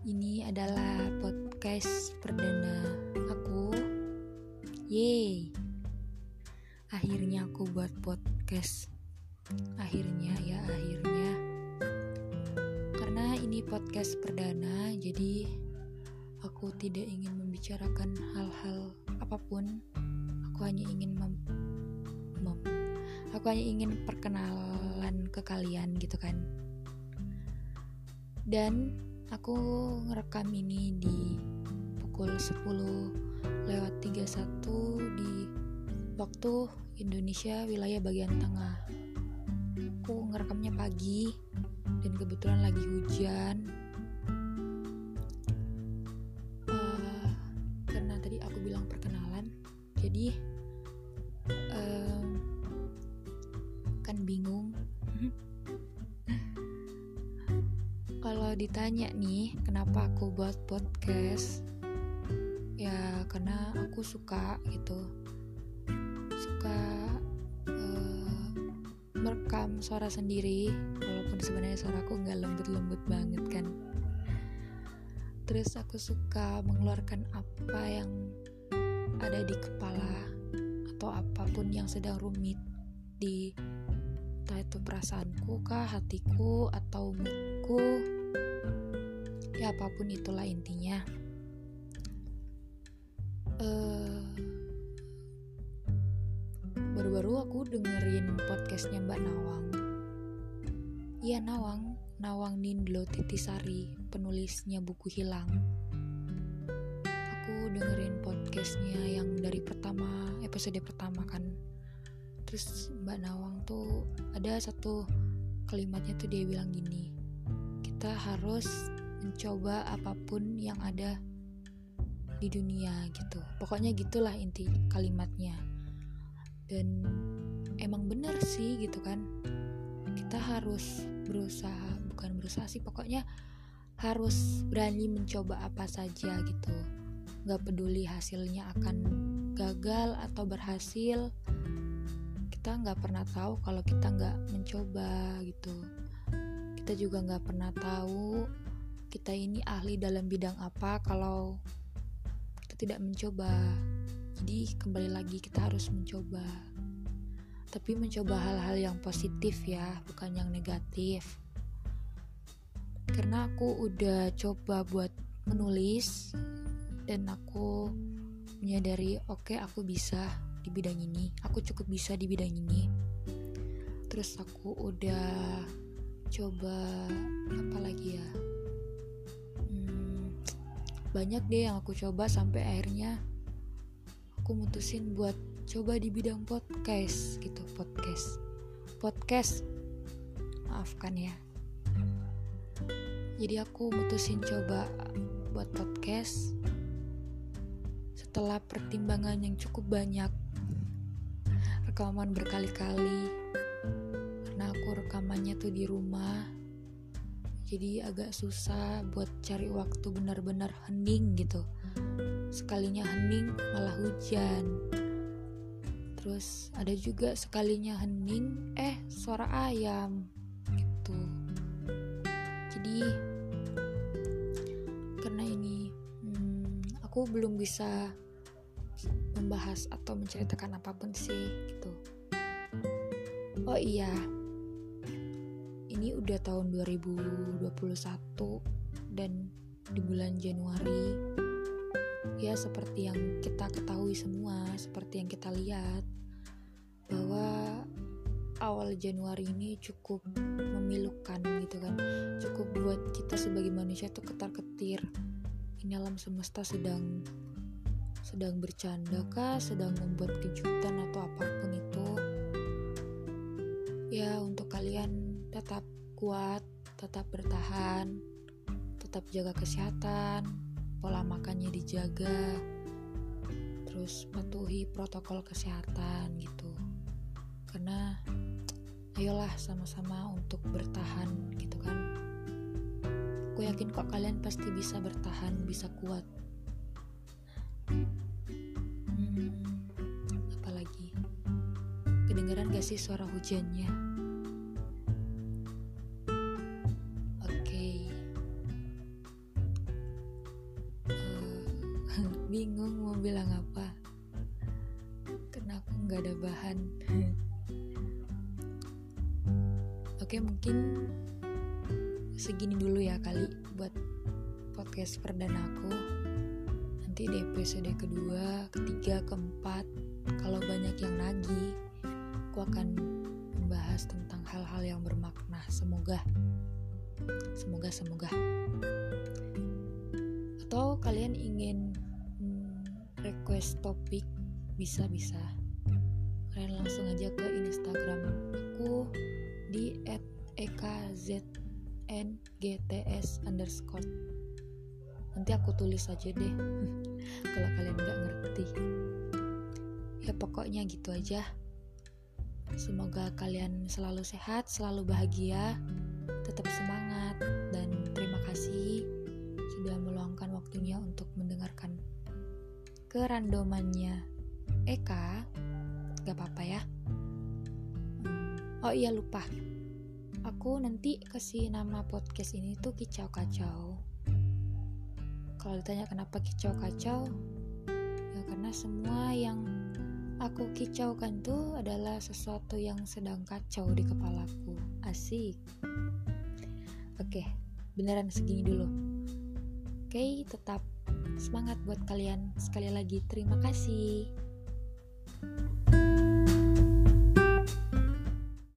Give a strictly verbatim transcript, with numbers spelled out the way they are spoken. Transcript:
Ini adalah podcast perdana aku. Yeay, akhirnya aku buat podcast. Akhirnya ya akhirnya. Karena ini podcast perdana, jadi aku tidak ingin membicarakan hal-hal apapun. Aku hanya ingin mem, mem, aku hanya ingin perkenalan ke kalian gitu kan. Dan aku ngerekam ini di pukul sepuluh lewat tiga puluh satu di waktu Indonesia wilayah bagian tengah. Aku ngerekamnya pagi dan kebetulan lagi hujan. Uh, karena tadi aku bilang perkenalan, jadi uh, kan bingung. Kalau ditanya nih kenapa aku buat podcast, ya karena aku suka gitu, suka uh, merekam suara sendiri, walaupun sebenarnya suaraku nggak lembut-lembut banget kan. Terus aku suka mengeluarkan apa yang ada di kepala atau apapun yang sedang rumit di entah itu perasaanku kah, hatiku atau moodku, ya apapun itulah intinya. uh, Baru-baru aku dengerin podcastnya Mbak Nawang. Iya Nawang, Nawang Nindlo Titisari, penulisnya buku Hilang. Aku dengerin podcastnya yang dari pertama, episode pertama kan. Terus Mbak Nawang tuh ada satu kalimatnya tuh dia bilang gini, kita harus mencoba apapun yang ada di dunia gitu. Pokoknya gitulah inti kalimatnya. Dan emang bener sih gitu kan. Kita harus berusaha, bukan berusaha sih, pokoknya harus berani mencoba apa saja gitu. Gak peduli hasilnya akan gagal atau berhasil. Kita gak pernah tahu kalau kita gak mencoba gitu. Kita juga gak pernah tahu kita ini ahli dalam bidang apa kalau kita tidak mencoba. Jadi kembali lagi kita harus mencoba. Tapi mencoba hal-hal yang positif ya, bukan yang negatif. Karena aku udah coba buat menulis dan aku menyadari oke okay, aku bisa di bidang ini, aku cukup bisa di bidang ini. Terus aku udah coba apa lagi ya, hmm, banyak deh yang aku coba sampai akhirnya aku mutusin buat coba di bidang podcast gitu. Podcast podcast maafkan ya. Jadi aku mutusin coba buat podcast setelah pertimbangan yang cukup banyak, rekaman berkali-kali, karena aku rekamannya tuh di rumah, jadi agak susah buat cari waktu benar-benar hening gitu. Sekalinya hening malah hujan. Terus ada juga sekalinya hening eh suara ayam gitu. Jadi karena ini hmm, aku belum bisa membahas atau menceritakan apapun sih gitu. Oh iya, ini udah tahun dua ribu dua puluh satu dan di bulan Januari, ya seperti yang kita ketahui semua, seperti yang kita lihat, bahwa awal Januari ini cukup memilukan gitu kan. Cukup buat kita sebagai manusia tuh ketar-ketir. Ini alam semesta sedang sedang bercanda kah, sedang membuat kejutan atau apapun itu. Ya untuk kalian tetap kuat, tetap bertahan, tetap jaga kesehatan, pola makannya dijaga, terus patuhi protokol kesehatan gitu. Karena ayolah sama-sama untuk bertahan gitu kan. Aku yakin kok kalian pasti bisa bertahan, bisa kuat. Hmm, apalagi kedengeran gak sih suara hujannya? Oke, bingung mau bilang apa karena aku nggak ada bahan. Oke, mungkin segini dulu ya kali buat podcast perdana aku. Nanti di episode kedua, ketiga, keempat, kalau banyak yang nagih, aku akan membahas tentang hal-hal yang bermakna. Semoga, semoga, semoga. Atau kalian ingin hmm, request topik, bisa-bisa. Kalian langsung aja ke Instagram aku di et ekzngts underscore. Nanti aku tulis aja deh kalau kalian gak ngerti. Ya pokoknya gitu aja. Semoga kalian selalu sehat, selalu bahagia, tetap semangat, dan terima kasih sudah meluangkan waktunya untuk mendengarkan kerandomannya Eka. Gak apa-apa ya. Oh iya, lupa, aku nanti kasih nama podcast ini tuh Kicau Kacau. Kalau ditanya kenapa kicau kacau, ya karena semua yang aku kicaukan tuh adalah sesuatu yang sedang kacau di kepalaku. Asik. Oke, beneran segini dulu. Oke, tetap semangat buat kalian. Sekali lagi terima kasih.